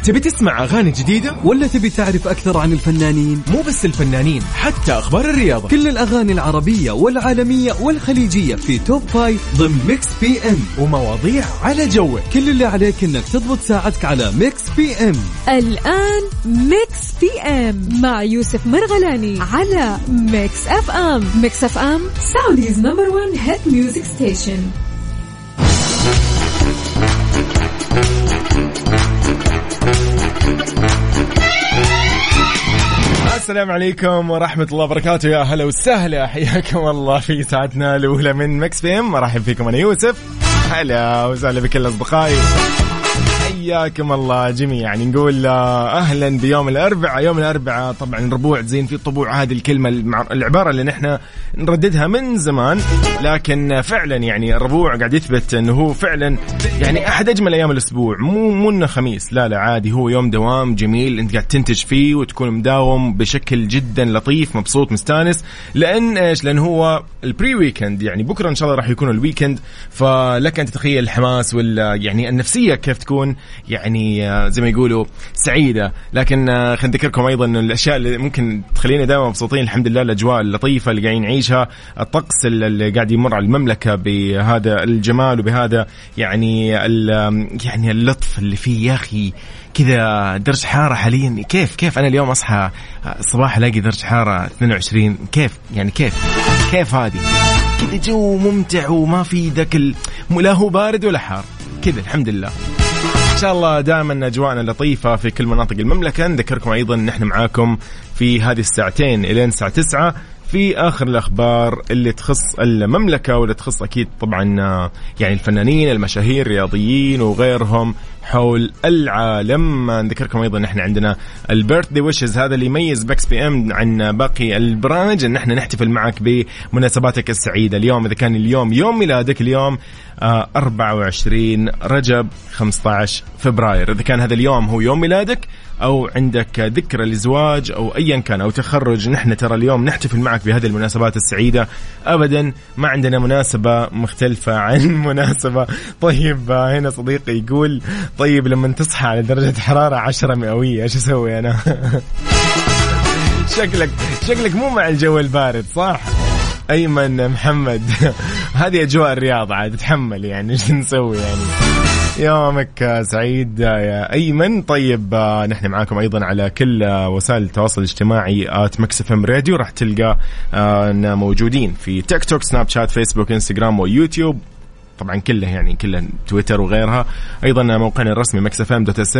تبي تسمع أغاني جديدة ولا تبي تعرف أكثر عن الفنانين؟ مو بس الفنانين، حتى أخبار الرياضة، كل الأغاني العربية والعالمية والخليجية في توب 5 ضمن ميكس بي ام، ومواضيع على جوك. كل اللي عليك إنك تضبط ساعتك على ميكس بي ام. الآن ميكس بي ام مع يوسف مرغلاني على ميكس اف ام. ميكس اف ام سعوديز نمبر 1 هيت ميوزك ستيشن. السلام عليكم ورحمة الله وبركاته، يا هلا وسهلا، حياكم الله في ساعتنا الأولى من ميكس بي ام. مرحب فيكم، أنا يوسف، هلا وسهلا بكل أصدقائي، حياكم الله جميعا. يعني نقول أهلا بيوم الأربعاء. يوم الأربعاء طبعا ربوع زين في طبوع، هذه الكلمة العبارة اللي نحن نرددها من زمان، لكن فعلا يعني الربوع قاعد يثبت أنه هو فعلا يعني أحد أجمل أيام الأسبوع. مو إنه خميس، لا عادي، هو يوم دوام جميل أنت قاعد تنتج فيه وتكون مداوم بشكل جدا لطيف، مبسوط مستانس. لأن إيش؟ لأن هو البري ويكند، يعني بكرة إن شاء الله راح يكون الويكند، فلك أن تتخيل الحماس ولا يعني النفسية كيف تكون، يعني زي ما يقولوا سعيدة. لكن خلينا نذكركم أيضا أن الأشياء اللي ممكن تخلينا دائما مبسوطين الحمد لله الأجواء اللطيفة اللي قاعدين نعيشها، الطقس اللي قاعد يمر على المملكة بهذا الجمال وبهذا يعني اللطف اللي فيه. يا أخي كذا درجة حارة حاليا، كيف أنا اليوم أصحى الصباح ألاقي درجة حارة 22، كيف هذه كذا جو ممتع وما في ذاك لا هو بارد ولا حار كذا، الحمد لله. إن شاء الله دائما أجواءنا لطيفة في كل مناطق المملكة. نذكركم أيضا أن احنا معاكم في هذه الساعتين إلى الساعة 9 في آخر الأخبار اللي تخص المملكة واللي تخص أكيد طبعا يعني الفنانين، المشاهير، الرياضيين وغيرهم حول العالم. نذكركم أيضا نحن عندنا البيرثدي ويشز، هذا اللي يميز ميكس بي ام عن باقي البرامج، أن نحن نحتفل معك بمناسباتك السعيدة. اليوم إذا كان اليوم يوم ميلادك، اليوم 24 رجب 15 فبراير، إذا كان هذا اليوم هو يوم ميلادك أو عندك ذكرى لزواج أو أيا كان أو تخرج، نحن ترى اليوم نحتفل معك بهذه المناسبات السعيدة. أبدا ما عندنا مناسبة مختلفة عن مناسبة. طيب هنا صديقي يقول طيب لما تصحى على درجة حرارة 10 مئوية ايش اسوي انا؟ شكلك مو مع الجو البارد صح؟ أيمن محمد هذه أجواء الرياض عاد تحمل، يعني ايش نسوي يعني. يومك سعيد يا أيمن. طيب نحن معاكم أيضا على كل وسائل التواصل الاجتماعي @مكسفم راديو، راح تلقى موجودين في تيك توك، سناب شات، فيسبوك، انستغرام ويوتيوب، طبعا كله يعني كله تويتر وغيرها. أيضا موقعنا الرسمي mixfm.sa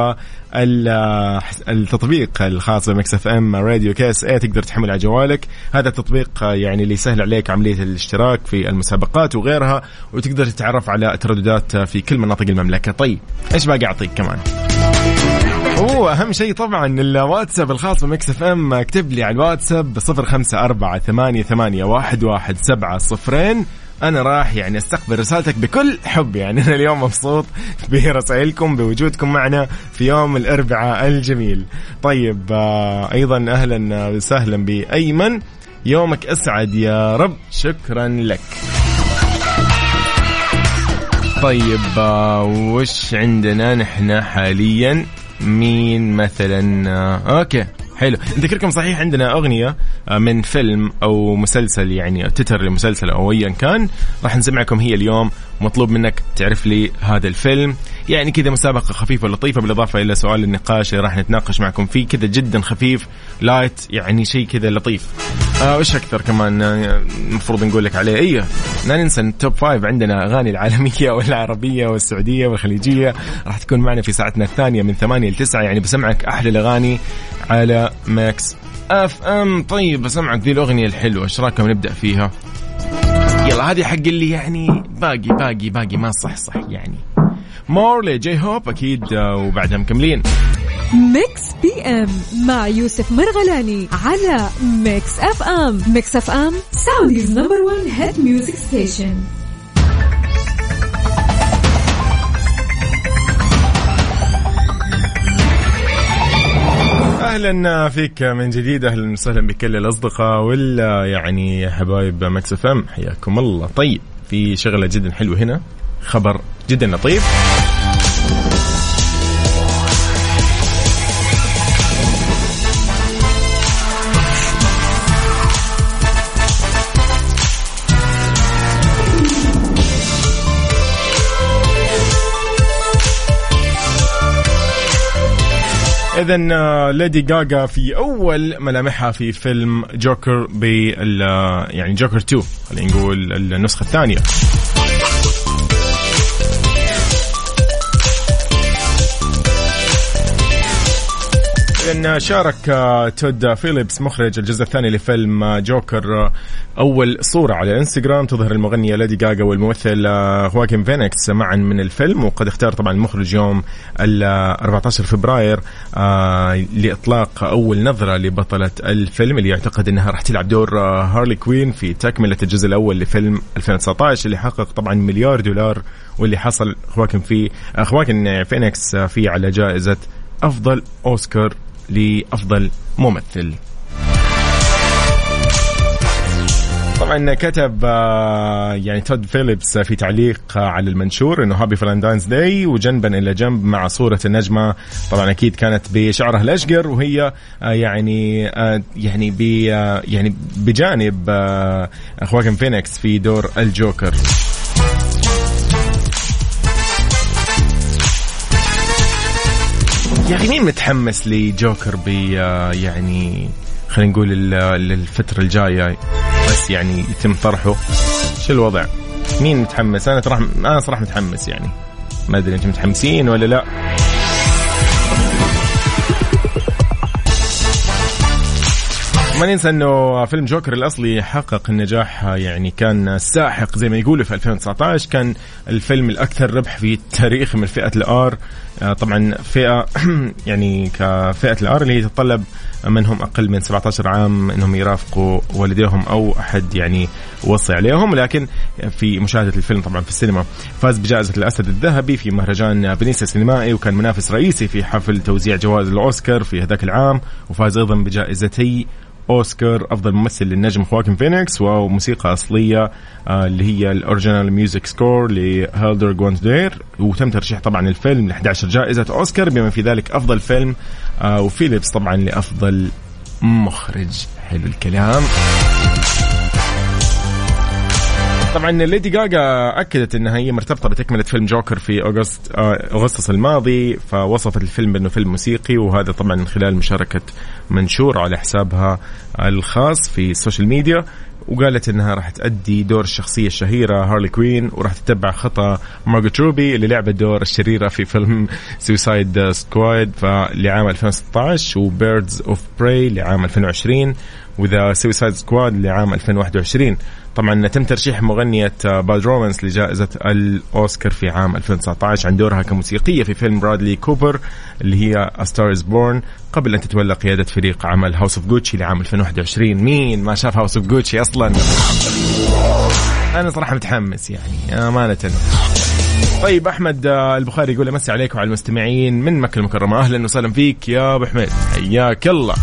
والتطبيق الخاص بmixfm راديو KSA تقدر تحمل على جوالك. هذا التطبيق يعني اللي يسهل عليك عملية الاشتراك في المسابقات وغيرها، وتقدر تتعرف على الترددات في كل مناطق المملكة. طيب إيش باقي أعطيك كمان؟ أهم شيء طبعا الواتساب الخاص بميكس اف ام. اكتب لي على الواتساب 0548811700. أنا راح يعني أستقبل رسالتك بكل حب، يعني أنا اليوم مبسوط برسائلكم بوجودكم معنا في يوم الأربعاء الجميل. طيب أيضا أهلا وسهلا بأيمن، يومك أسعد يا رب، شكرا لك. طيب وش عندنا نحن حاليا؟ مين مثلا؟ أوكي حلو. نذكركم صحيح عندنا أغنية من فيلم أو مسلسل، يعني تتر لمسلسل أو أيا كان، راح نسمعكم هي اليوم. مطلوب منك تعرف لي هذا الفيلم، يعني كذا مسابقة خفيفة ولطيفة، بالإضافة إلى سؤال النقاش اللي راح نتناقش معكم فيه، كذا جدا خفيف لايت، يعني شيء كذا لطيف. وش أكثر كمان المفروض نقول لك عليه؟ إيه لا ننسى التوب 5 عندنا أغاني العالمية والعربية والسعودية والخليجية، راح تكون معنا في ساعتنا الثانية من 8 ل 9، يعني بسمعك أحلى الأغاني على ماكس اف ام. طيب بسمعك ذي الأغنية الحلوة، ايش رايكم نبدأ فيها؟ يلا هذه حق اللي يعني باقي ما صح يعني مور لجي هوب أكيد، وبعدها مكملين. ميكس بي ام مع يوسف مرغلاني على ميكس اف ام. ميكس اف ام سعوديز نمبر 1 هيت ميوزك ستيشن. أهلا فيك من جديد، أهلا وسهلا بكل الأصدقاء ولا يعني حبايب ميكس اف ام، حياكم الله. طيب في شغلة جدا حلوة هنا، خبر جدا لطيف. إذن ليدي غاغا في أول ملامحها في فيلم جوكر يعني جوكر 2 خلينا نقول النسخة الثانية. إن شارك تود فيليبس مخرج الجزء الثاني لفيلم جوكر أول صورة على إنستغرام تظهر المغنية ليدي غاغا والممثل خواكين فينيكس معا من الفيلم. وقد اختار طبعا المخرج يوم 14 فبراير لإطلاق أول نظرة لبطلة الفيلم اللي يعتقد أنها راح تلعب دور هارلي كوين في تكملة الجزء الأول لفيلم 2019 اللي حقق طبعا $1 مليار واللي حصل خواكين فينيكس فيه على جائزة أفضل أوسكار لأفضل ممثل. طبعا كتب يعني تود فيليبس في تعليق على المنشور انه هابي فالنتاينز داي وجنبا الى جنب مع صورة النجمة طبعا اكيد كانت بشعرها الاشقر وهي يعني بجانب خواكين فينيكس في دور الجوكر. يعني مين متحمس لجوكر يعني خلينا نقول للفترة الجاية بس يعني يتم طرحه؟ شو الوضع؟ مين متحمس؟ أنا صراحة متحمس يعني ما أدري أنتم متحمسين ولا لا. ما ننسى أنه فيلم جوكر الأصلي حقق النجاح يعني كان ساحق زي ما يقولوا في 2019. كان الفيلم الأكثر ربح في التاريخ من فئة الآر. طبعا فئة يعني كفئة الآر اللي تتطلب منهم أقل من 17 عام أنهم يرافقوا والديهم أو أحد يعني وصي عليهم. لكن في مشاهدة الفيلم طبعا في السينما فاز بجائزة الأسد الذهبي في مهرجان فينيسيا السينمائي وكان منافس رئيسي في حفل توزيع جوائز الأوسكار في هذاك العام. وفاز أيضا بجائزتي أوسكار أفضل ممثل للنجم خواكين فينيكس وموسيقى أصلية اللي هي الأوريجينال ميوزك سكور لهالدر جوانتدير. وتم ترشيح طبعا الفيلم ل 11 جائزة أوسكار بما في ذلك أفضل فيلم وفيليبس طبعا لأفضل مخرج. حلو الكلام. طبعا ليدي غاغا أكدت أنها هي مرتبطة بتكملة فيلم جوكر في أغسطس الماضي فوصفت الفيلم بأنه فيلم موسيقي وهذا طبعا من خلال مشاركة منشور على حسابها الخاص في السوشيال ميديا. وقالت أنها راح تأدي دور الشخصية الشهيرة هارلي كوين وراح تتبع خطى مارغوت روبي اللي لعبت دور الشريرة في فيلم سويسايد سكواد لعام 2016 وبيردز أوف براي لعام 2020 وذا سويسايد سكواد لعام 2021. طبعا تم ترشيح مغنية باد رومانس لجائزة الأوسكار في عام 2019 عن دورها كموسيقية في فيلم برادلي كوبر اللي هي A Star is Born قبل أن تتولى قيادة فريق عمل هاوس اوف جوتشي لعام 2021. مين ما شاف هاوس اوف جوتشي أصلا؟ أنا صراحة متحمس يعني أمانة. طيب أحمد البخاري يقول مسي عليكم وعلى المستمعين من مكة المكرمة. أهلا وسهلا فيك يا أبو حميد حياك الله.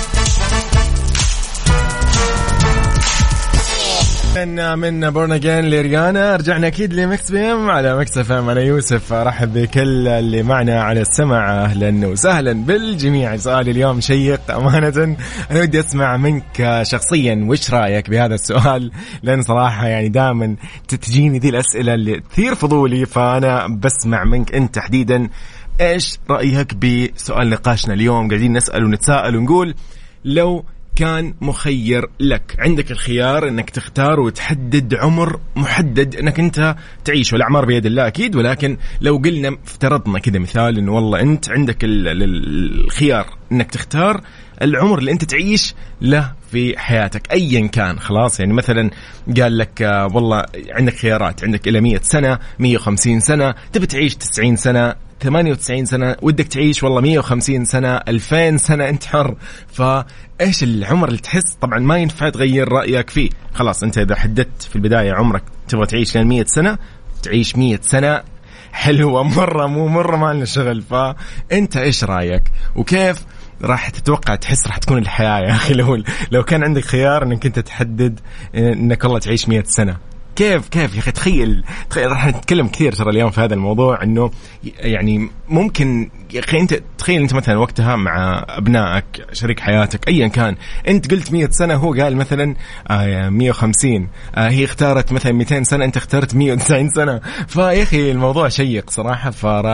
من بورناجين لريانا رجعنا أكيد لمكس بيم على مكس اف ام. أنا يوسف أرحب بكل اللي معنا على السمع. أهلا وسهلا بالجميع. سؤالي اليوم شيق أمانة. أنا ودي أسمع منك شخصيا وش رأيك بهذا السؤال لأن صراحة يعني دائما تجيني ذي الأسئلة اللي تثير فضولي فأنا بسمع منك أنت تحديدا إيش رأيك بسؤال نقاشنا اليوم. قاعدين نسأل ونتساءل ونقول لو كان مخير لك عندك الخيار انك تختار وتحدد عمر محدد انك انت تعيش والأعمار بيد الله اكيد ولكن لو قلنا افترضنا كذا مثال انه والله انت عندك الخيار انك تختار العمر اللي انت تعيش له في حياتك ايا كان خلاص يعني مثلا قال لك والله عندك خيارات عندك الى 100 سنة 150 سنة تبي تعيش 90 سنة 98 سنة ودك تعيش والله 150 سنة 2000 سنة انت حر. فايش العمر اللي تحس طبعا ما ينفع تغير رأيك فيه خلاص انت اذا حددت في البداية عمرك تبغى تعيش لين 100 سنة تعيش 100 سنة حلوة مرة مو مرة ما لنا شغل. فانت ايش رأيك وكيف راح تتوقع تحس راح تكون الحياة يا أخي لو كان عندك خيار أنك أنت تحدد أنك والله تعيش 100 سنة كيف يا أخي تخيل راح نتكلم كثير ترى اليوم في هذا الموضوع أنه يعني ممكن يا أخي أنت تخيل أنت مثلا وقتها مع أبنائك شريك حياتك أيا كان أنت قلت 100 سنة هو قال مثلا 150 هي اختارت مثلا 200 سنة أنت اخترت 190 سنة. فيا أخي الموضوع شيق صراحة فراح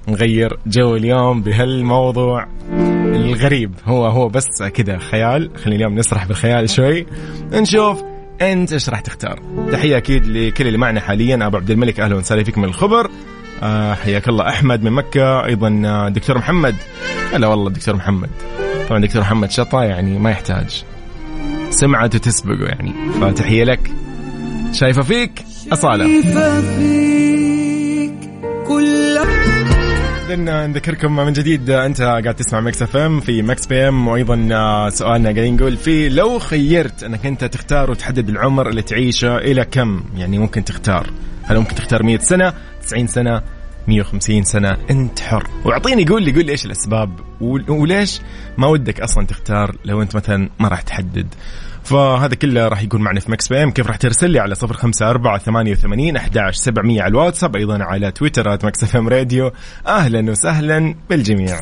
نغير جو اليوم بهالموضوع الغريب. هو بس كذا خيال. خلينا اليوم نسرح بالخيال شوي، نشوف أنت إيش راح تختار. تحية أكيد لكل اللي معنا حاليا. أبو عبد الملك أهلا وسهلا فيك من الخبر. حياك الله. أحمد من مكة أيضا. دكتور محمد هلا والله. دكتور محمد طبعا دكتور محمد شطة يعني ما يحتاج سمعته تسبقه يعني، فتحية لك. شايفة فيك أصالة. إذن نذكركم من جديد أنت قاعد تسمع ميكس اف ام في ميكس بي ام. وأيضا سؤالنا قاعدين نقول فيه لو خيرت أنك أنت تختار وتحدد العمر اللي تعيشه إلى كم، يعني ممكن تختار، هل ممكن تختار 100 سنة 90 سنة 150 سنة؟ أنت حر. وأعطيني قول لي إيش الأسباب وليش ما ودك أصلا تختار لو أنت مثلا ما راح تحدد. فهذا كله راح يكون معنا في مكس بي ام. كيف راح ترسل لي؟ على 0548811700 على الواتساب، أيضا على تويتر @مكس اف ام راديو. أهلا وسهلا بالجميع.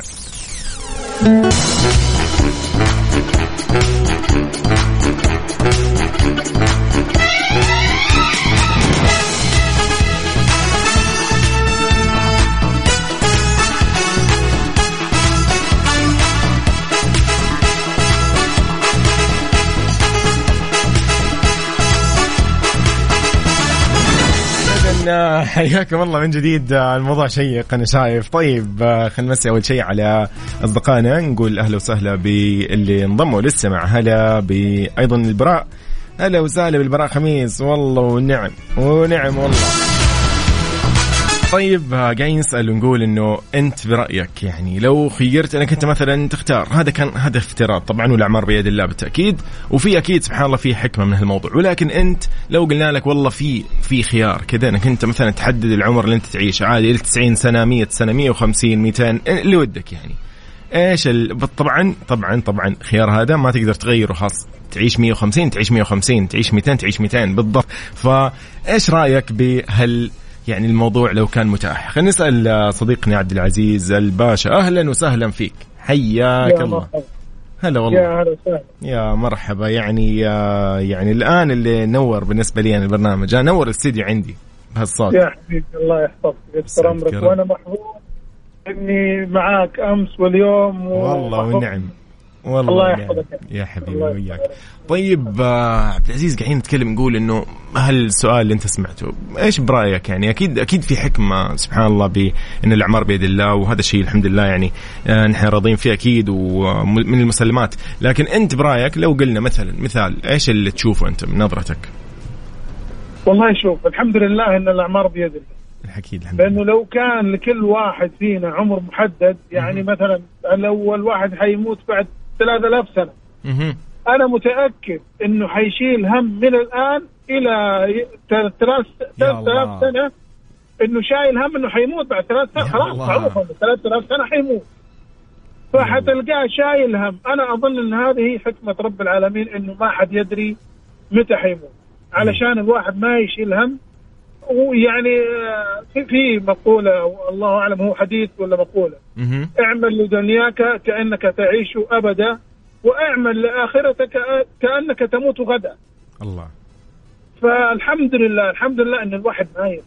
حياكم الله من جديد. الموضوع شيق أنا شايف. طيب خلينا نمسي أول شيء على أصدقائنا، نقول أهلا وسهلا باللي انضموا لسه مع هلا بأيضا البراء. أهلا وسهلا بالبراء خميس والله ونعم والله. طيب قاعدين نسأل ونقول إنه أنت برأيك يعني لو خيرت أنك أنت مثلا تختار، هذا كان هدف افتراض طبعا والأعمار بيد الله بالتأكيد، وفي أكيد سبحان الله في حكمة من هالموضوع، ولكن أنت لو قلنا لك والله في خيار كذا أنك أنت مثلا تحدد العمر اللي أنت تعيش عادي 90 سنة 100 سنة 150 200 اللي ودك يعني إيش طبعا خيار هذا ما تقدر تغيره، خاص تعيش 150 تعيش 150 تعيش 200 تعيش 200 بالضبط. فإيش رأيك بهال يعني الموضوع لو كان متاح؟ خلينا نسأل صديقنا عبد العزيز الباشا. أهلا وسهلا فيك. حياك الله. هلا والله. يا هلا وسهلا. يا مرحبا. يعني الآن اللي نور بالنسبة لي أنا البرنامج، نور الاستديو عندي بهالصوت. يا حبيبي الله يحفظك ويستر أمرك، وأنا محظوظ إني معاك أمس واليوم والله ونعم. والله الله يحفظك يا حبيبي وياك. طيب عبد العزيز قاعدين نتكلم نقول انه هالسؤال اللي انت سمعته ايش برايك؟ يعني اكيد في حكمه سبحان الله بان الاعمار بيد الله، وهذا الشيء الحمد لله يعني نحن راضين فيه اكيد ومن المسلمات، لكن انت برايك لو قلنا مثال ايش اللي تشوفه انت من نظرتك؟ والله شوف الحمد لله ان الاعمار بيد الله اكيد الحمد لله، لانه لو كان لكل واحد فينا عمر محدد يعني مثلا الاول واحد حيموت بعد 3000 سنه أنا متأكد إنه حيشيل هم من الآن إلى 3000 سنة، إنه شايل هم إنه حيموت بعد 3 سنة، خلاص معروف 3000 سنة حيموت، فحتلقاه شايل هم. أنا أظن إن هذه هي حكمة رب العالمين، إنه ما حد يدري متى حيموت، علشان الواحد ما يشيل هم. ويعني في مقولة الله أعلم هو حديث ولا مقولة، اعمل لدنياك كأنك تعيش أبدا، واعمل لآخرتك كأنك تموت غدا. الله. فالحمد لله ان الواحد ما يدري.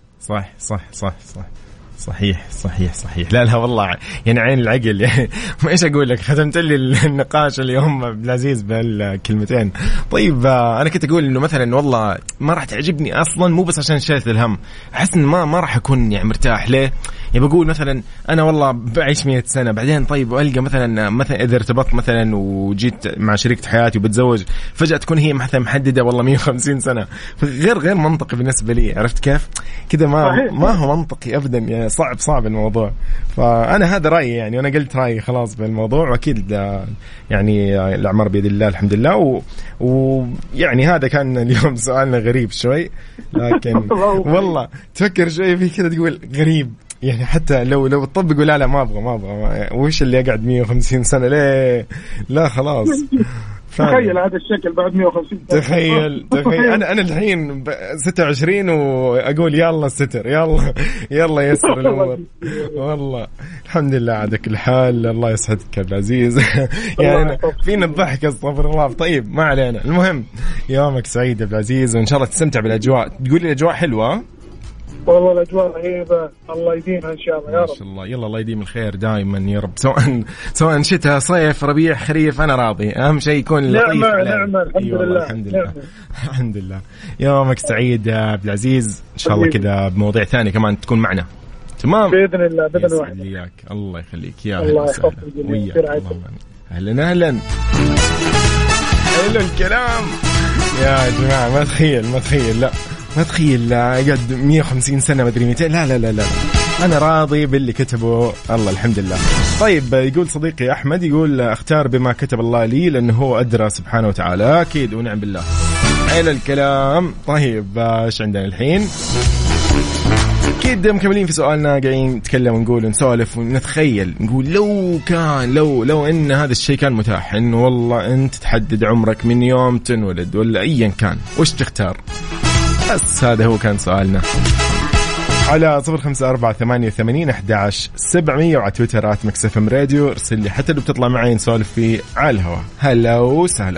صحيح. لا والله يعني عين العقل يعني ما ايش اقول لك، ختمت لي النقاش اليوم بالعزيز بالكلمتين. طيب انا كنت اقول انه مثلا والله ما راح تعجبني اصلا، مو بس عشان شايف الهم، احس ان ما راح اكون يعني مرتاح. ليه؟ يعني بقول مثلا انا والله بعيش 100 سنه بعدين طيب والقى مثلا اذا ارتبطت مثلا وجيت مع شريكة حياتي وبتزوج فجأة تكون هي مثلا محدده والله 150 سنه، غير منطقي بالنسبه لي. عرفت كيف كذا؟ ما هو منطقي ابدا يعني، صعب الموضوع. فانا هذا رايي يعني، وانا قلت رايي خلاص بالموضوع، واكيد يعني الاعمار بيد الله الحمد لله. ويعني هذا كان اليوم سؤالنا غريب شوي، لكن والله تفكر شوي فيه كذا تقول غريب يعني، حتى لو تطبق لا ما ابغى وش اللي اقعد 150 سنه ليه؟ لا خلاص. تخيل هذا الشكل بعد 150 سنه. تخيل انا الحين 26 واقول يلا الستر يلا يسر الامور. والله الحمد لله على كل حال. الله يسعدك يا عبد العزيز. يعني فينا الضحك استغفر الله. طيب ما علينا، المهم يومك سعيد يا عبد العزيز، وان شاء الله تستمتع بالاجواء. تقول لي الاجواء حلوه؟ والله الأجواء رهيبة، الله يديمها إن شاء الله يا رب. ما شاء الله. يلا الله يديم الخير دائما يا رب، سواء شتاء صيف ربيع خريف أنا راضي، أهم شيء يكون لطيف. نعمة الحمد لله. الحمد لله. الحمد لله. يومك سعيد يا عبد العزيز، إن شاء الله كذا بمواضيع ثانية كمان تكون معنا. تمام بإذن الله. بإذن الله. الله يخليك يا الله يحفظك وياك. أهلا أهلا. حلو الكلام يا جماعة. ما تخيل لا ما تخيل قد 150 سنة مدري 200. لا أنا راضي باللي كتبه الله الحمد لله. طيب يقول صديقي أحمد، يقول اختار بما كتب الله لي لأنه هو أدرى سبحانه وتعالى. أكيد ونعم بالله. حلو الكلام. طيب ايش عندنا الحين؟ أكيد مكملين في سؤالنا، قاعدين نتكلم ونقول ونسولف ونتخيل، نقول لو كان لو إن هذا الشيء كان متاح، إنه والله أنت تحدد عمرك من يوم تنولد ولا أيا كان، وش تختار؟ بس هذا هو كان سؤالنا على 0548811700 وعلى تويتر @مكسفم راديو. ارسل لي حتى لو بتطلع معي نسولف في على الهواء. هلا وسهلا.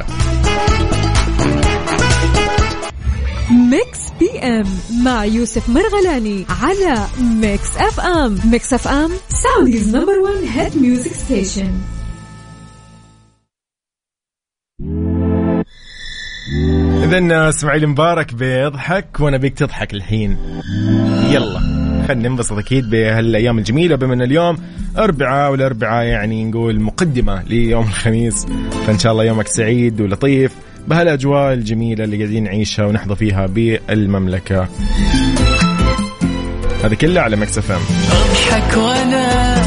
ميكس بي ام مع يوسف مرغلاني على ميكس اف ام. ميكس اف ام سعوديز نمبر 1 هيد ميوزك ستيشن. إذن اسماعيل مبارك بيضحك وأنا بيك تضحك الحين. يلا خلينا ننبسط أكيد بهالأيام الجميلة، بما أن اليوم أربعاء، والأربعاء يعني نقول مقدمة ليوم الخميس، فإن شاء الله يومك سعيد ولطيف بهالأجواء الجميلة اللي قاعدين نعيشها ونحظى فيها بالمملكة. هذا كله على ميكس اف ام. أضحك وأنا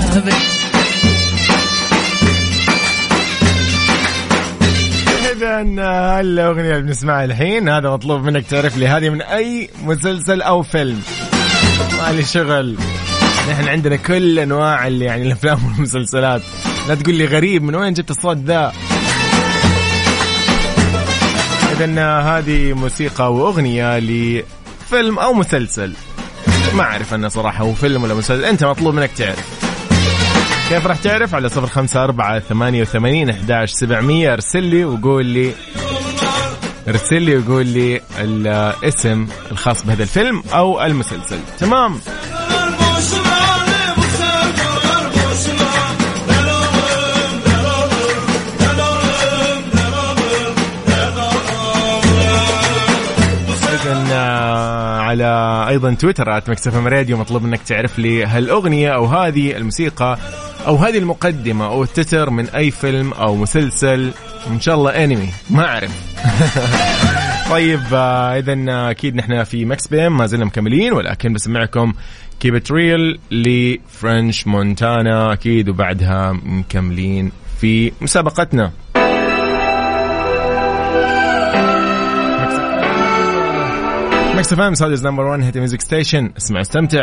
إذن الأغنية اللي بنسمعها الحين هذا مطلوب منك تعرف لي هذه من أي مسلسل أو فيلم. ما لي شغل، نحن عندنا كل أنواع اللي يعني الأفلام والمسلسلات. لا تقول لي غريب من وين جبت الصوت ذا. إذن هذه موسيقى وأغنية لفيلم أو مسلسل، ما أعرف أنه صراحة هو فيلم ولا مسلسل، أنت مطلوب منك تعرف. كيف راح تعرف؟ على 0548811700 ارسل لي وقول لي الاسم الخاص بهذا الفيلم أو المسلسل. تمام. على أيضا تويتر @مكسفم راديو مطلوب منك تعرف لي هالأغنية أو هذه الموسيقى أو هذه المقدمة أو التتر من أي فيلم أو مسلسل، إن شاء الله أنمي، ما أعرف. طيب إذن أكيد نحن في مكس بي ام ما زلنا مكملين، ولكن بسمعكم Keep It Real لفرنش مونتانا أكيد، وبعدها مكملين في مسابقتنا. ميكس اف ام سعوديز نمبر 1 هيت ميوزك ستيشن. اسمع استمتع.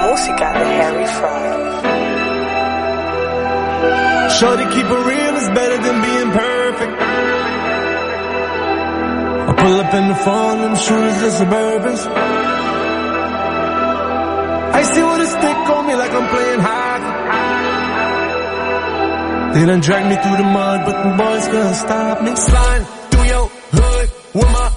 Shorty keep it real is better than being perfect. I pull up in the phone and shoot is the Suburbans. I still wanna stick on me like I'm playing hockey. They done drag me through the mud, but the boys can't stop me. Slide through your hood with my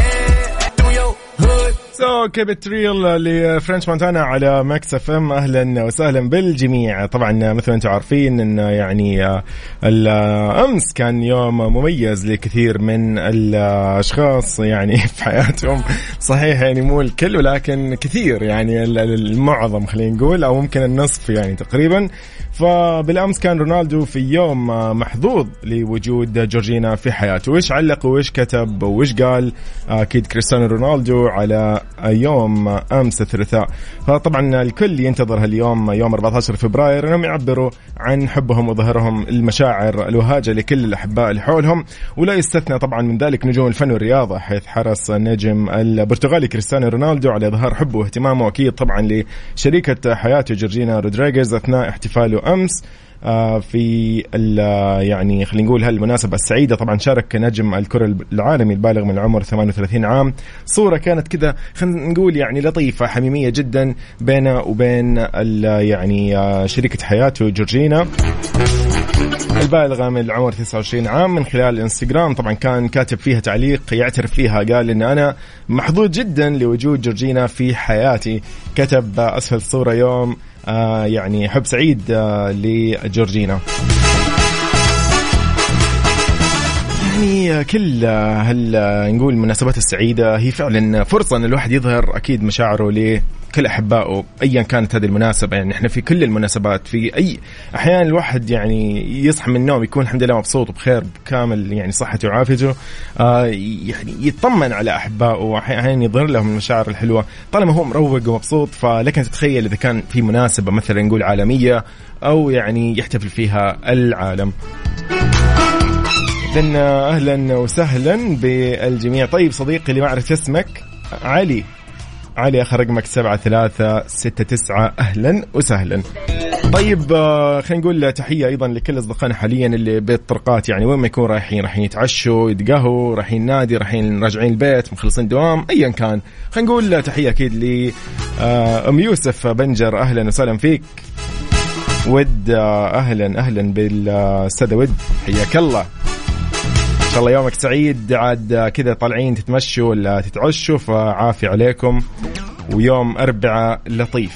Keep It Real لفرنش مونتانا على ميكس اف ام. اهلا وسهلا بالجميع. طبعا مثل ما انتم عارفين ان يعني الامس كان يوم مميز لكثير من الاشخاص يعني في حياتهم، صحيح يعني مو الكل ولكن كثير، يعني المعظم خلينا نقول، او ممكن النصف يعني تقريبا. فبالامس كان رونالدو في يوم محظوظ لوجود جورجينا في حياته. وإيش علق وإيش كتب وإيش قال اكيد كريستيانو رونالدو على يوم أمس الثلاثاء. فطبعا الكل ينتظر هاليوم يوم 14 فبراير أنهم يعبروا عن حبهم وظهرهم المشاعر الوهاجة لكل الأحباء اللي حولهم، ولا يستثنى طبعا من ذلك نجوم الفن والرياضة، حيث حرص النجم البرتغالي كريستيانو رونالدو على إظهار حبه واهتمامه أكيد طبعا لشريكة حياته جورجينا رودريغيز أثناء احتفاله أمس في يعني خلينا نقول هالمناسبة السعيدة. طبعا شارك نجم الكرة العالمي البالغ من العمر 38 عام صورة كانت كذا خلينا نقول يعني لطيفة حميمية جدا بينه وبين يعني شريكة حياته جورجينا. البالغة من العمر 29 عام من خلال الانستغرام. طبعا كان كاتب فيها تعليق يعترف فيها، قال إن أنا محظوظ جدا لوجود جورجينا في حياتي. كتب أسفل الصورة يوم يعني حب سعيد لجورجينا. يعني كل نقول المناسبات السعيدة هي فعلا فرصة أن الواحد يظهر أكيد مشاعره لكل أحبائه أيا كانت هذه المناسبة. يعني إحنا في كل المناسبات، في أي أحيان الواحد يعني يصحى من النوم يكون الحمد لله مبسوط وبخير بكامل يعني صحته وعافيته، يعني يطمن على أحبائه وأحيانا يظهر لهم المشاعر الحلوة طالما هو مروق ومبسوط. فلكن تتخيل إذا كان في مناسبة مثلا نقول عالمية أو يعني يحتفل فيها العالم. إذن أهلا وسهلا بالجميع. طيب صديقي اللي ما أعرف اسمك، علي آخر رقمك 7369، أهلا وسهلا. طيب خلينا نقول تحية أيضا لكل أصدقائنا حاليا اللي بالطرقات، يعني وين ما يكون رايحين يتعشوا يتقهوا، رايحين نادي، رايحين راجعين البيت، مخلصين دوام، أيا كان. خلينا نقول تحية أكيد لأم يوسف بنجر، أهلا وسهلا فيك. ود أهلا بالأستاذ ود، حياك الله. إن شاء الله يومك سعيد، عاد كذا طالعين تتمشوا ولا تتعشوا، فعافي عليكم ويوم أربعاء لطيف.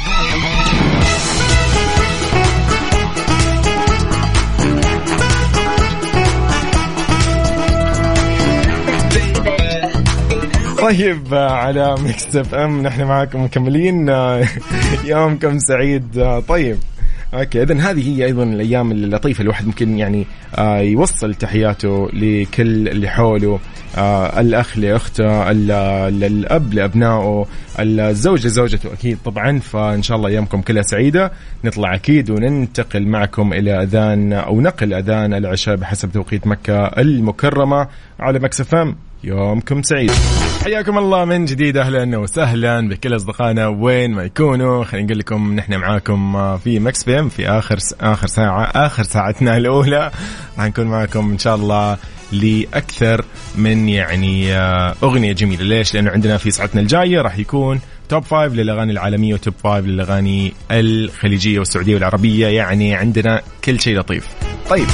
طيب على ميكس اف ام نحن معكم مكملين يومكم سعيد. طيب اوكي، اذن هذه هي ايضا الايام اللطيفه الواحد ممكن يعني يوصل تحياته لكل اللي حوله، الاخ لاخته، الاب لابنائه، الزوج لزوجته اكيد طبعا. فان شاء الله ايامكم كلها سعيده. نطلع اكيد وننتقل معكم الى اذان او نقل اذان العشاء بحسب توقيت مكه المكرمه على مكس اف ام. يومكم سعيد، حياكم الله من جديد، أهلا وسهلا بكل أصدقائنا وين ما يكونوا. خلينا نقول لكم نحن معاكم في مكس بي ام في آخر ساعتنا الأولى. راح نكون معاكم إن شاء الله لأكثر من يعني أغنية جميلة. ليش؟ لأنه عندنا في ساعتنا الجاية راح يكون توب 5 للأغاني العالمية وتوب 5 للأغاني الخليجية والسعودية والعربية، يعني عندنا كل شيء لطيف. طيب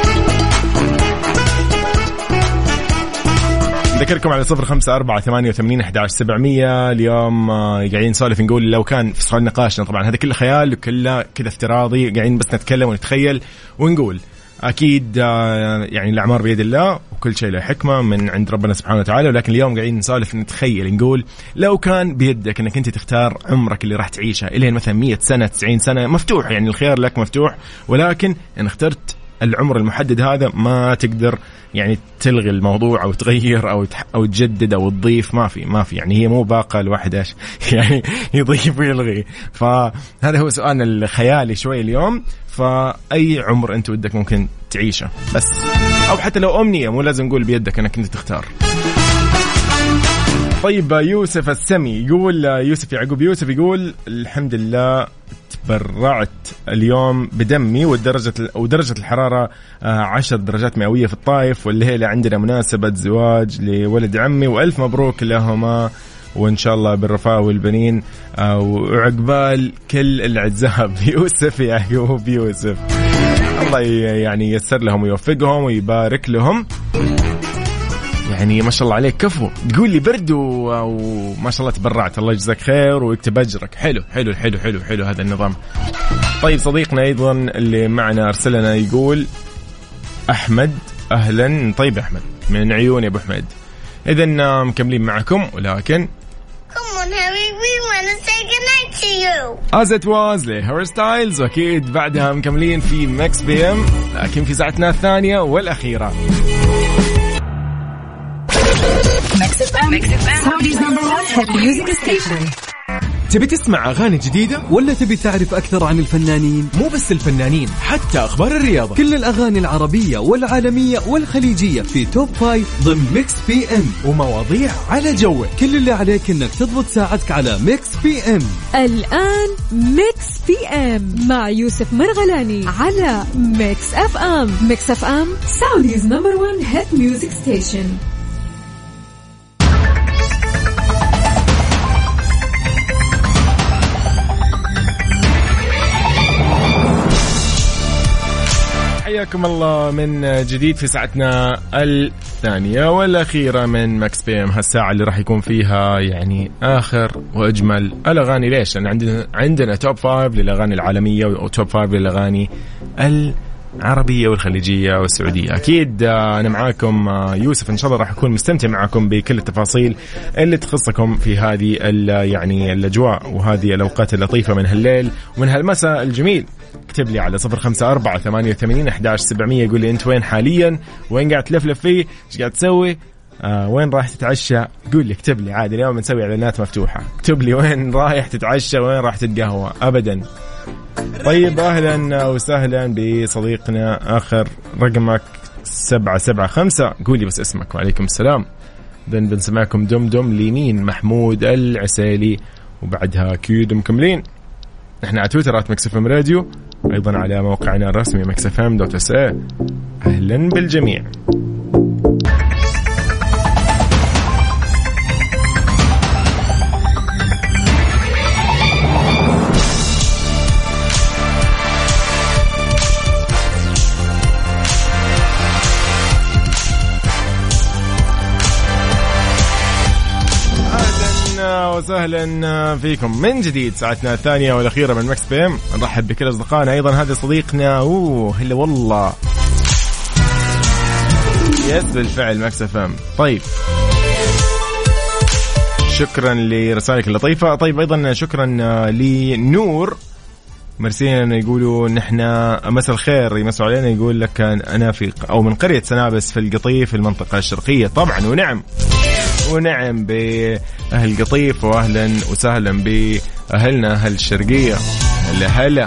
ذكركم على 0548811700. اليوم قاعدين نسولف نقول لو كان في سؤال نقاشنا، طبعا هذا كله خيال وكله كذا افتراضي، قاعدين بس نتكلم ونتخيل ونقول أكيد يعني الأعمار بيد الله وكل شيء له حكمة من عند ربنا سبحانه وتعالى. ولكن اليوم قاعدين نسولف نتخيل نقول لو كان بيدك أنك أنت تختار عمرك اللي راح تعيشه إلين مثلا 100 سنة 90 سنة، مفتوح يعني الخيار لك مفتوح، ولكن إن اخترت العمر المحدد هذا ما تقدر يعني تلغي الموضوع أو تغير أو تجدد أو تضيف، ما في يعني هي مو باقة الواحد إيش يعني يضيف ويلغي. فهذا هو سؤالنا الخيالي شوي اليوم. فأي عمر أنت ودك ممكن تعيشه بس، أو حتى لو أمنية مو لازم نقول بيدك أنك أنت تختار. طيب يوسف السمي يقول، يوسف يعقوب يوسف يقول الحمد لله تبرعت اليوم بدمي ودرجة الحرارة 10 درجات مئوية في الطائف، والليلة عندنا مناسبة زواج لولد عمي وألف مبروك لهما، وإن شاء الله بالرفاه والبنين وعقبال كل العزاب. يوسف يعقوب يوسف، الله يعني ييسر لهم ويوفقهم ويبارك لهم. يعني ما شاء الله عليك كفو، تقول لي برد وما شاء الله تبرعت، الله يجزاك خير ويكتب أجرك. حلو حلو حلو حلو حلو هذا النظام. طيب صديقنا أيضا اللي معنا أرسل لنا يقول أحمد، أهلا. طيب أحمد من عيوني أبو أحمد. إذن مكملين معكم، ولكن Come on Harry, we want to say goodnight to you. As it was لهاري ستايلز، وأكيد بعدها مكملين في مكس بي ام، لكن في ساعتنا الثانية والأخيرة. تبي تسمع أغاني جديدة ولا تبي تعرف أكثر عن الفنانين؟ مو بس الفنانين، حتى أخبار الرياضة، كل الأغاني العربية والعالمية والخليجية في توب 5 ضمن ميكس بي ام، ومواضيع على جوك. كل اللي عليك إنك تضبط ساعتك على ميكس بي ام. الآن ميكس بي ام مع يوسف مرغلاني على ميكس اف ام. ميكس اف ام سعوديز نمبر 1 هيت ميوزك ستيشن. حياكم الله من جديد في ساعتنا الثانية والأخيرة من مكس بي ام. هالساعة اللي راح يكون فيها يعني آخر وأجمل الأغاني. ليش؟ لأن عندنا توب 5 للأغاني العالمية وتوب 5 للأغاني العربية والخليجية والسعودية. أكيد أنا معاكم يوسف، إن شاء الله راح أكون مستمتع معكم بكل التفاصيل اللي تخصكم في هذه يعني الأجواء وهذه الأوقات اللطيفة من هالليل ومن هالمساء الجميل. اكتب لي على 0548811700. يقول لي أنت وين حاليا، وين قاعد تلفلف فيه، ايش قاعد تسوي، وين رايح تتعشى. قول لي، اكتب لي عادي، اليوم نسوي اعلانات مفتوحة. اكتب لي وين رايح تتعشى، وين رايح تتقهوى أبدا. طيب أهلا وسهلا بصديقنا آخر رقمك 775. قولي بس اسمك. وعليكم السلام. بنسمعكم دمدم ليمين محمود العسيلي، وبعدها كيود مكملين. نحن على تويتر @مكسفم راديو، أيضا على موقعنا الرسمي mixfm.sa. أهلا بالجميع. وسهلا فيكم من جديد ساعتنا الثانية والأخيرة من مكس بي ام. نرحب بكل أصدقائنا. أيضا هذا صديقنا هلا والله يس بالفعل مكس اف ام. طيب شكرا لرسائلك اللطيفة. طيب أيضا شكرا لنور مرسين يقولوا نحن مساء الخير، يمسوا علينا. يقول لك أنا في أو من قرية سنابس في القطيف في المنطقة الشرقية. طبعا ونعم بأهل القطيف، وأهلا وسهلا بأهلنا أهل الشرقية. هلا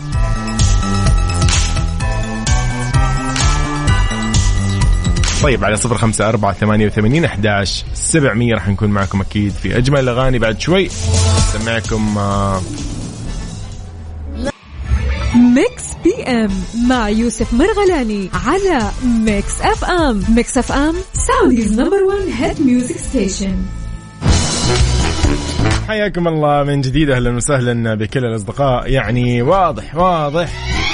طيب على 0548811700 راح نكون معكم أكيد في أجمل الأغاني. بعد شوي سمعكم ميكس بي ام مع يوسف مرغلاني على ميكس اف ام. ميكس اف ام سعوديز نمبر 1 هيت ميوزك ستيشن. حياكم الله من جديد. أهلا وسهلا بكل الأصدقاء. يعني واضح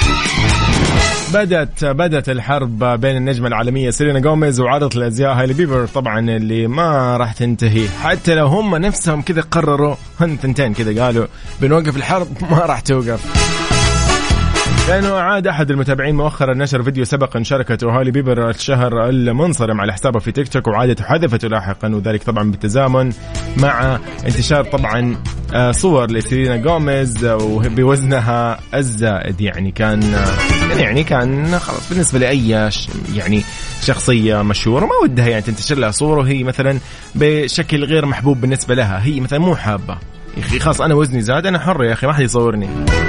بدأت الحرب بين النجمة العالمية سيلينا غوميز وعارضة الأزياء هايلي بيبر، طبعا اللي ما راح تنتهي حتى لو هم نفسهم كذا قرروا، هن ثنتين كذا قالوا بنوقف الحرب، ما راح توقف. لأنه عاد أحد المتابعين مؤخرا نشر فيديو سبق أن شاركته هايلي بيبر الشهر المنصرم على حسابه في تيك توك، وعادت حذفته لاحقا، وذلك طبعا بالتزامن مع انتشار طبعا صور لسيلينا غوميز وبوزنها الزائد. يعني كان خلاص بالنسبة لأي يعني شخصية مشهورة ما ودها يعني تنتشر لها صور وهي مثلا بشكل غير محبوب بالنسبة لها، هي مثلا مو حابة. يا أخي خلاص أنا وزني زاد، أنا حر يا أخي، ما حد يصورني.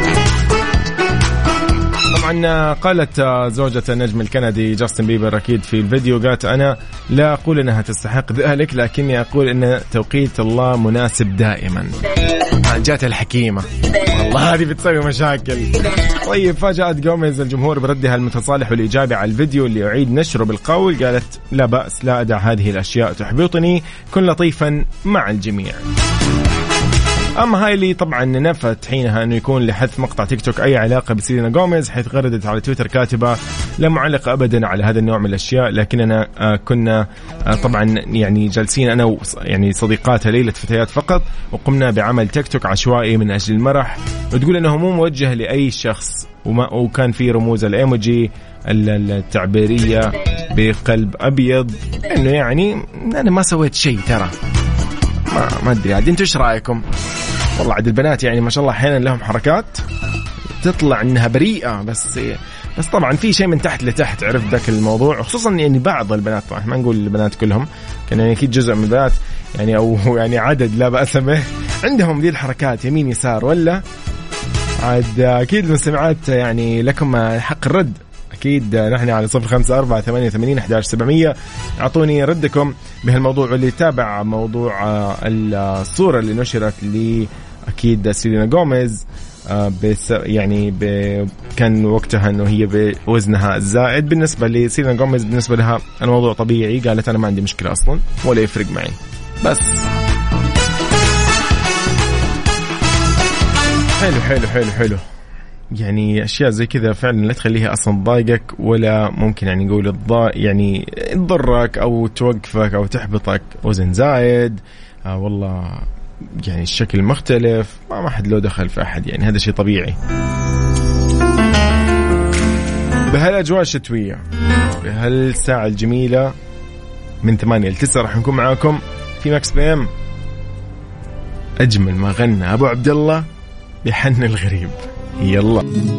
طبعا قالت زوجة النجم الكندي جاستن بيبر أكيد في الفيديو، قالت أنا لا أقول أنها تستحق ذلك، لكني أقول أن توقيت الله مناسب دائما. جات الحكيمة والله، هذه بتسوي مشاكل. طيب فاجأت غوميز الجمهور بردها المتصالح والإجابة على الفيديو اللي أعيد نشره بالقول. قالت لا بأس، لا أدع هذه الأشياء تحبطني، كن لطيفا مع الجميع. أما هايلي طبعا نفت حينها أنه يكون لحذف مقطع تيك توك أي علاقة بسيلينا غوميز، حيث غردت على تويتر كاتبة لا معلق أبدا على هذا النوع من الأشياء، لكننا كنا طبعا يعني جالسين أنا يعني صديقاتها ليلة فتيات فقط، وقمنا بعمل تيك توك عشوائي من أجل المرح. وتقول أنه مو موجه لأي شخص، وكان في رموز الإيموجي التعبيرية بقلب أبيض، إنه يعني أنا ما سويت شيء ترى. ما أدري عاد أنتوا إيش رأيكم؟ والله عاد البنات يعني ما شاء الله أحيانا لهم حركات تطلع إنها بريئة، بس طبعا في شيء من تحت لتحت، عرفت ذاك الموضوع. خصوصا يعني بعض البنات، طبعا ما نقول البنات كلهم، كان يعني أكيد جزء من البنات يعني أو يعني عدد لا بأس به عندهم ذي الحركات يمين يسار. ولا عاد أكيد المستمعات يعني لكم حق الرد. أكيد نحن على 0548811700 أعطوني ردكم بهالموضوع. واللي تابع موضوع الصورة اللي نشرت لي أكيد سيلينا غوميز يعني كان وقتها أنه هي بوزنها الزائد. بالنسبة لسيلينا غوميز بالنسبة لها الموضوع طبيعي، قالت أنا ما عندي مشكلة أصلا ولا يفرق معي. بس حلو يعني أشياء زي كذا فعلا لا تخليها أصلا تضايقك، ولا ممكن يعني نقول يعني تضرك أو توقفك أو تحبطك. وزن زايد، والله يعني الشكل مختلف، ما حد له دخل في أحد، يعني هذا شيء طبيعي. بهالأجواء الشتوية، بهالساعة الجميلة من 8 ل 9 راح نكون معاكم في ماكس بي ام. أجمل ما غنى أبو عبد الله بحن الغريب. يلا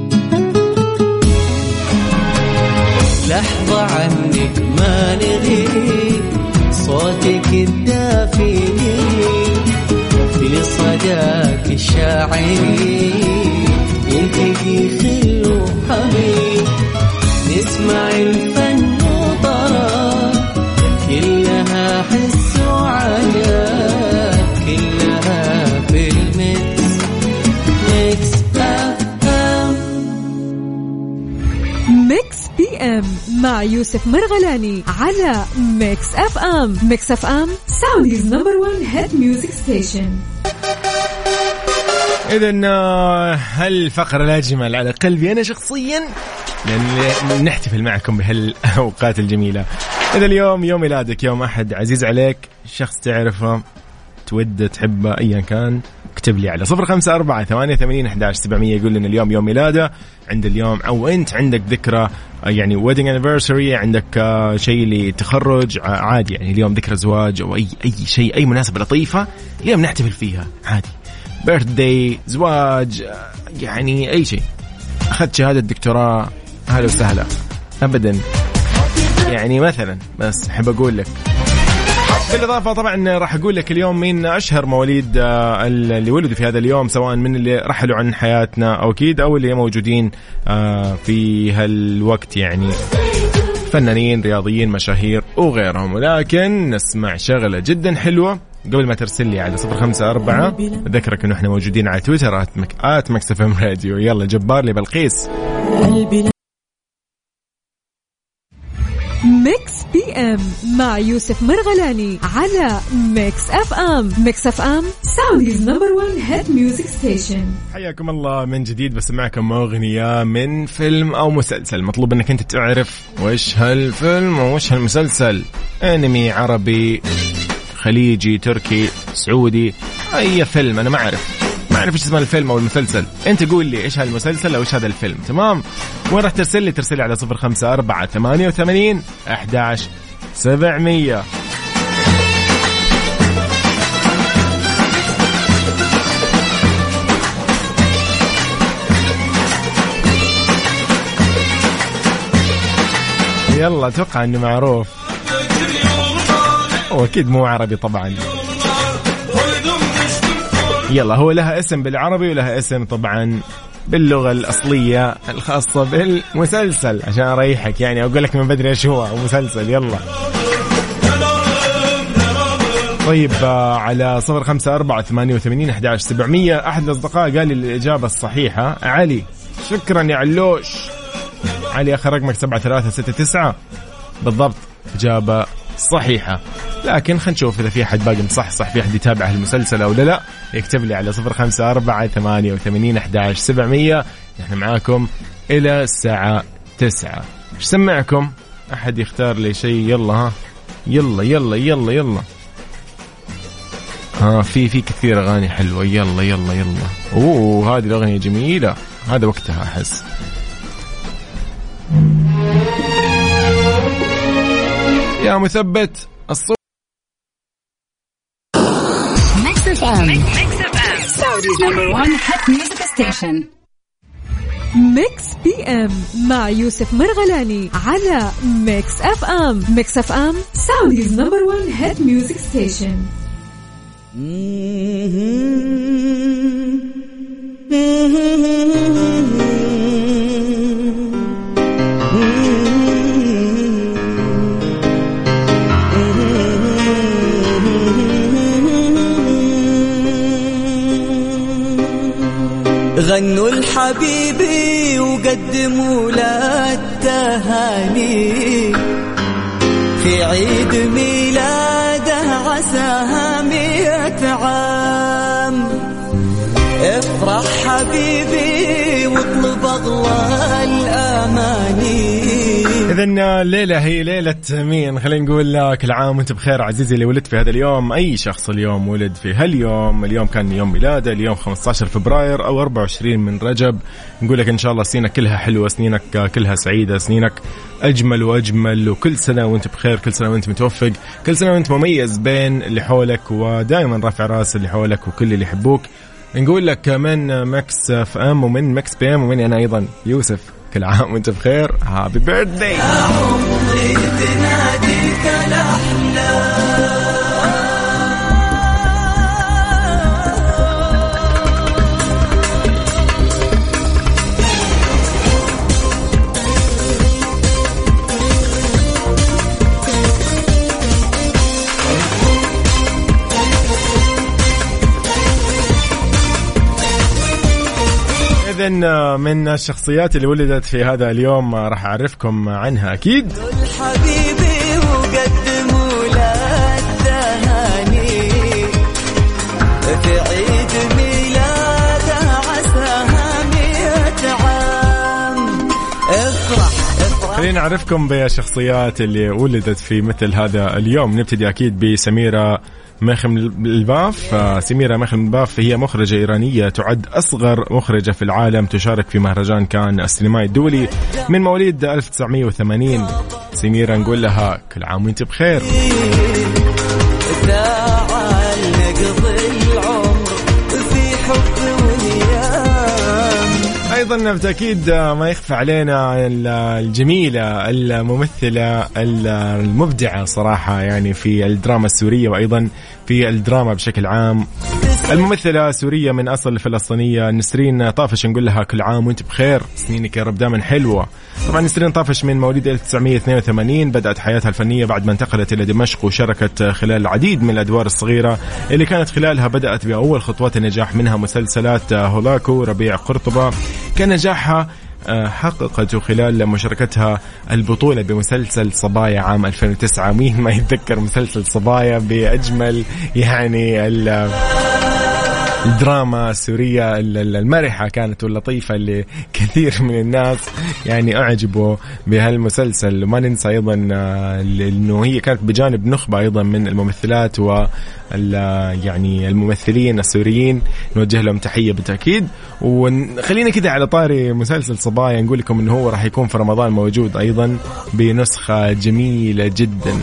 لحظة عنك ما نغيب، صوتك الدافئ في صداك الشاعري، يلتقي خل وحبيب، نسمع الفن وطرب، كلها حس وعجب، كلها في الميكس. ميكس اف ام. ميكس بي ام مع يوسف مرغلاني على ميكس اف ام. ميكس اف ام سعوديز نمبر 1 هيت ميوزك ستيشن. إذن هالفقرة الأجمل على قلبي أنا شخصيا، لأن نحتفل معكم بهالأوقات الجميلة. إذا اليوم يوم ميلادك، يوم أحد عزيز عليك، شخص تعرفه تود تحبه أيا كان، اكتب لي على 0548811700. يقول لنا اليوم يوم ميلاده، عند اليوم أو أنت عندك ذكرى يعني wedding anniversary، عندك شيء لتخرج عادي، يعني اليوم ذكرى زواج أو أي شيء، أي مناسبة لطيفة اليوم نحتفل فيها عادي. birthday، زواج، يعني أي شيء. أخذت شهادة دكتوراه، هلا وسهلا. أبدا يعني مثلا، بس أحب أقول لك بالإضافة طبعا راح أقول لك اليوم من أشهر مواليد اللي ولدوا في هذا اليوم، سواء من اللي رحلوا عن حياتنا أو أكيد أو اللي موجودين في هالوقت، يعني فنانين، رياضيين، مشاهير وغيرهم. ولكن نسمع شغلة جدا حلوة قبل ما ترسل لي على 054. أذكرك أنه إحنا موجودين على تويتر @مكس اف ام راديو. يلا جبار لي بلقيس. ميكس بي ام مع يوسف مرغلاني على ميكس اف ام. ميكس اف ام سعوديز نمبر 1 هيت ميوزك ستيشن. حياكم الله من جديد. بسمعكم أغنية من فيلم أو مسلسل. مطلوب أنك أنت تعرف وش هالفيلم وش هالمسلسل. أنمي، عربي، خليجي، تركي، سعودي، أي فيلم. أنا ما أعرف ايش اسم الفيلم او المسلسل، انت قول لي ايش هالمسلسل او ايش هذا الفيلم. تمام؟ وين راح ترسل لي على 0548811700. يلا اتوقع انه معروف، واكيد مو عربي طبعا. يلا هو لها اسم بالعربي ولها اسم طبعا باللغة الأصلية الخاصة بالمسلسل، عشان أريحك يعني أقول لك من بدري إيش هو مسلسل. يلا طيب على 0548811700. أحد الأصدقاء قال لي الإجابة الصحيحة علي. شكرا يا علوش. علي آخر رقمك 7369 بالضبط، إجابة صحيحة. لكن خلينا نشوف إذا في أحد باقي مصحصح، في أحد يتابع المسلسل أو لا. يكتب لي على 0548811700. نحن معاكم إلى الساعة 9. إيش سمعكم؟ أحد يختار لي شيء. يلا ها، يلا يلا يلا يلا. في كثير أغاني حلوة. يلا يلا يلا. أوه هذه الأغنية جميلة، هذا وقتها أحس. يا مثبت الصوت. ميكس اف ام سعوديز نمبر 1 هيت ميوزك ستيشن. ميكس بي ام مع يوسف مرغلاني على ميكس اف ام. ميكس اف ام سعوديز نمبر 1 هيت ميوزك ستيشن. غنوا الحبيبي وقدموا له التهاني في عيد ميلاده عساها 100 عام. افرح حبيبي واطلب إذن الليلة هي ليلة مين؟ خلينا نقول لك كل عام وانت بخير عزيزي اللي ولد في هذا اليوم. أي شخص اليوم ولد في هاليوم، اليوم كان يوم ميلاده، اليوم 15 فبراير أو 24 من رجب. نقول لك إن شاء الله سنينك كلها حلوة، سنينك كلها سعيدة، سنينك أجمل وأجمل، وكل سنة وانت بخير، كل سنة وانت متوفق، كل سنة وانت مميز بين اللي حولك، ودائما رافع راس اللي حولك وكل اللي يحبوك. نقول لك من مكس اف ام ومن مكس بي ام ومن أنا أيضا يوسف، كل عام وانت بخير، هابي بيرثداي. إذن من الشخصيات اللي ولدت في هذا اليوم راح أعرفكم عنها أكيد. حبيبي وقدموا له التهاني في عيد ميلاده عساها 100 عام. افرح. خلينا نعرفكم بالشخصيات اللي ولدت في مثل هذا اليوم. نبتدي أكيد بسميرة ماخم الباف. سميرة ماخم الباف هي مخرجة إيرانية، تعد أصغر مخرجة في العالم تشارك في مهرجان كان السينمائي الدولي، من مواليد 1980. سميرة نقول لها كل عام وانت بخير. أيضا بالتأكيد ما يخفى علينا الجميلة الممثلة المبدعة صراحة يعني في الدراما السورية وأيضا في الدراما بشكل عام، الممثلة سورية من أصل فلسطينية نسرين طافش. نقول لها كل عام وانت بخير، سنينك يا رب دائما حلوة. طبعا نسرين طافش من مواليد 1982، بدأت حياتها الفنية بعد ما انتقلت إلى دمشق، وشاركت خلال العديد من الأدوار الصغيرة اللي كانت خلالها بدأت بأول خطوات النجاح، منها مسلسلات هولاكو، ربيع قرطبة. كان نجاحها حققته خلال مشاركتها البطولة بمسلسل صبايا عام 2009. مين ما يتذكر مسلسل صبايا بأجمل يعني الدراما السورية المرحة كانت واللطيفة اللي كثير من الناس يعني أعجبوا بهالمسلسل. وما ننسى أيضا أنه هي كانت بجانب نخبة أيضا من الممثلات يعني الممثلين السوريين، نوجه لهم تحية بالتأكيد. وخلينا كده على طاري مسلسل صبايا نقول لكم أنه هو راح يكون في رمضان موجود أيضا بنسخة جميلة جدا.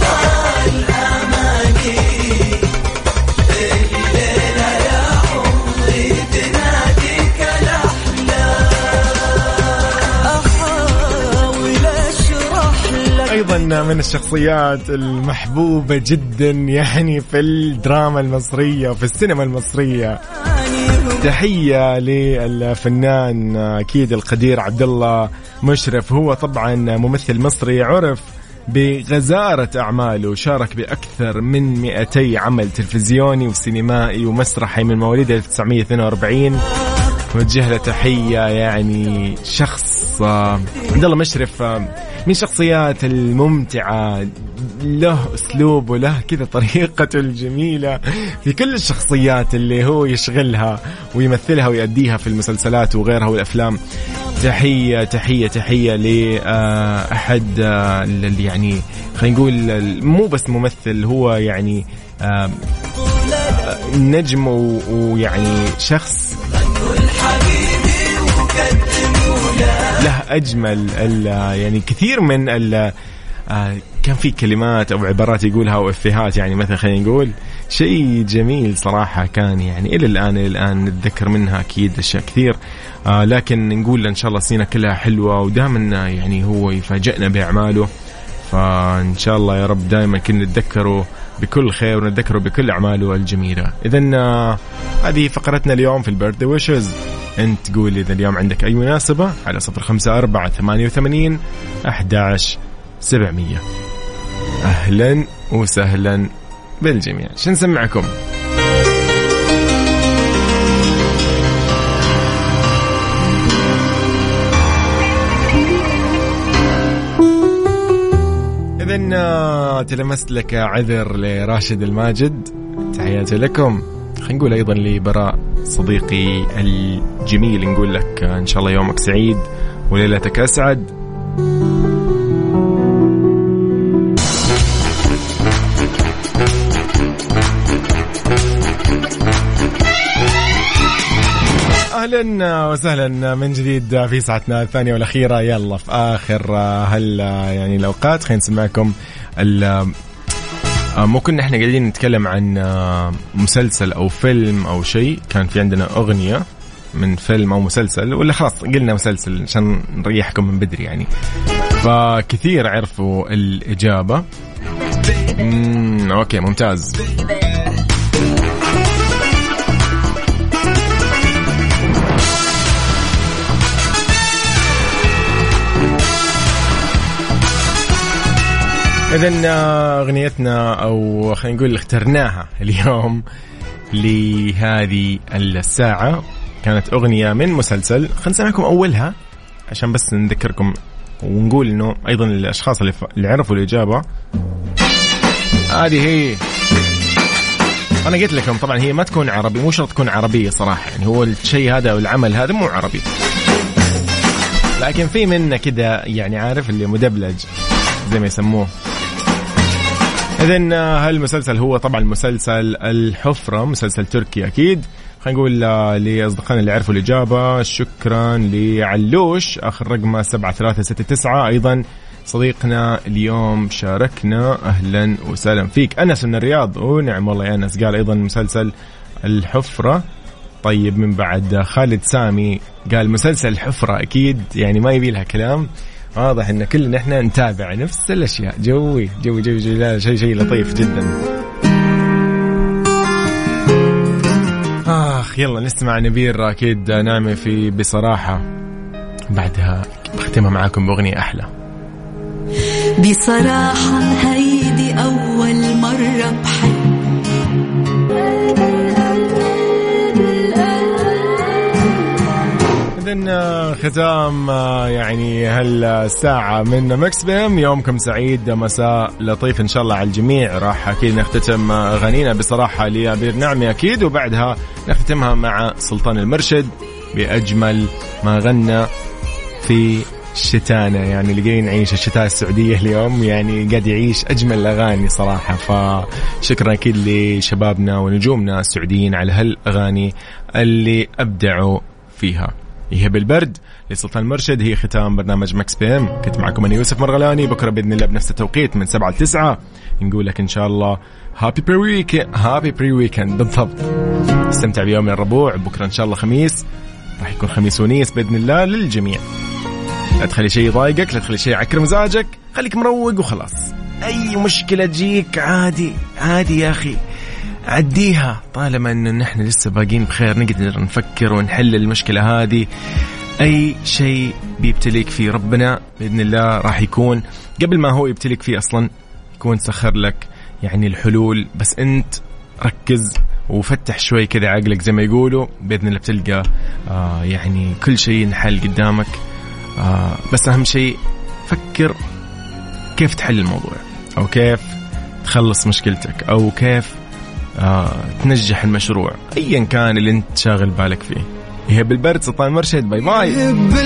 أيضا من الشخصيات المحبوبة جدا يعني في الدراما المصرية وفي السينما المصرية، تحية للفنان أكيد القدير عبد الله مشرف. هو طبعا ممثل مصري عرف بغزارة أعماله، شارك بأكثر من 200 عمل تلفزيوني وسينمائي ومسرحي من مواليد 1942. نوجه له تحية، يعني شخص عبد الله مشرف من الشخصيات الممتعة، له أسلوب وله كذا طريقته الجميلة في كل الشخصيات اللي هو يشغلها ويمثلها ويأديها في المسلسلات وغيرها والأفلام. تحية تحية تحية لأحد اللي يعني خلينا نقول مو بس ممثل، هو يعني نجم ويعني شخص له أجمل يعني كثير من كان في كلمات أو عبارات يقولها وإفيهات، يعني مثلا خلينا نقول شيء جميل صراحة كان يعني إلى الآن نتذكر منها أكيد أشياء كثير. لكن نقول إن شاء الله سنة كلها حلوة، ودائما يعني هو يفاجئنا بأعماله، فإن شاء الله يا رب دائما كنا نتذكره بكل خير ونتذكره بكل أعماله الجميلة. إذن هذه فقرتنا اليوم في البيرثدي ويشز. أنت تقول إذا اليوم عندك أي مناسبة على 0548811700. أهلا وسهلا بالجميع. شو نسمعكم؟ إذن تلمست لك عذر لراشد الماجد، تحياتي لكم. خلينا نقول أيضا لبراء صديقي الجميل، نقول لك إن شاء الله يومك سعيد وليلتك أسعد. أهلا وسهلا من جديد في ساعتنا الثانية والأخيرة. يلا في آخر يعني الأوقات خلينا نسمعكم مو كنا احنا قاعدين نتكلم عن مسلسل أو فيلم أو شيء، كان في عندنا أغنية من فيلم أو مسلسل، ولا خلاص قلنا مسلسل عشان نريحكم من بدري يعني. فكثير عرفوا الإجابة. أوكي ممتاز. إذن أغنيتنا أو خلينا نقول اخترناها اليوم لهذه الساعة كانت أغنية من مسلسل. خلينا نسمعكم أولها عشان بس نذكركم ونقول إنه أيضا الأشخاص اللي عرفوا الإجابة هذه هي. أنا قلت لكم طبعا هي ما تكون عربي، مو شرط تكون عربية صراحة، يعني هو الشيء هذا أو العمل هذا مو عربي، لكن في منه كده يعني عارف اللي مدبلج زي ما يسموه. إذن هالمسلسل هو طبعا مسلسل الحفرة، مسلسل تركي أكيد. خلينا نقول لأصدقائنا اللي عرفوا الإجابة شكرا لعلوش آخر رقمه 7369. أيضا صديقنا اليوم شاركنا، أهلا وسهلا فيك. أنس من الرياض، ونعم والله يا أنس، قال أيضا مسلسل الحفرة. طيب من بعد خالد سامي قال مسلسل الحفرة أكيد، يعني ما يبي لها كلام، واضح إن كلنا إحنا نتابع نفس الأشياء. جوي جوي جوي جوي، لا شيء لطيف جدا. يلا نسمع نبير أكيد نعمة في بصراحة، بعدها بختمها معاكم بأغنية أحلى. بصراحة هيدي أول مرة بحب، إذن ختام يعني هالساعة من مكس بيم. يومكم سعيد، مساء لطيف إن شاء الله على الجميع. راح أكيد نختتم غنينا بصراحة لأبير نعمي أكيد، وبعدها نختتمها مع سلطان المرشد بأجمل ما غنى في شتانا، يعني اللي جاي نعيش الشتاء السعودية اليوم، يعني قاعد يعيش أجمل الأغاني صراحة. فشكرا أكيد لشبابنا ونجومنا السعوديين على هالأغاني اللي أبدعوا فيها. يهب البرد لسلطان المرشد هي ختام برنامج مكس بي ام. كنت معكم أنا يوسف مرغلاني، بكرة بإذن الله بنفس التوقيت من 7 ل 9 نقول لك إن شاء الله هابي بري ويكند بالضبط. استمتع بيوم الربوع، بكرة إن شاء الله خميس، راح يكون خميس ونيس بإذن الله للجميع. لا تخلي شيء يضايقك، لا تخلي شيء يعكر مزاجك، خليك مروق وخلاص. أي مشكلة تجيك عادي يا أخي عديها، طالما أن نحن لسه باقين بخير نقدر نفكر ونحل المشكلة هذه. أي شيء بيبتليك فيه ربنا بإذن الله راح يكون قبل ما هو يبتليك فيه أصلا يكون سخر لك يعني الحلول، بس أنت ركز وفتح شوي كذا عقلك زي ما يقولوا، بإذن الله بتلقى يعني كل شيء ينحل قدامك. بس أهم شيء فكر كيف تحل الموضوع، أو كيف تخلص مشكلتك، أو كيف تنجح المشروع أيا كان اللي انت شاغل بالك فيه. يهب البرد سلطان مرشد، باي باي.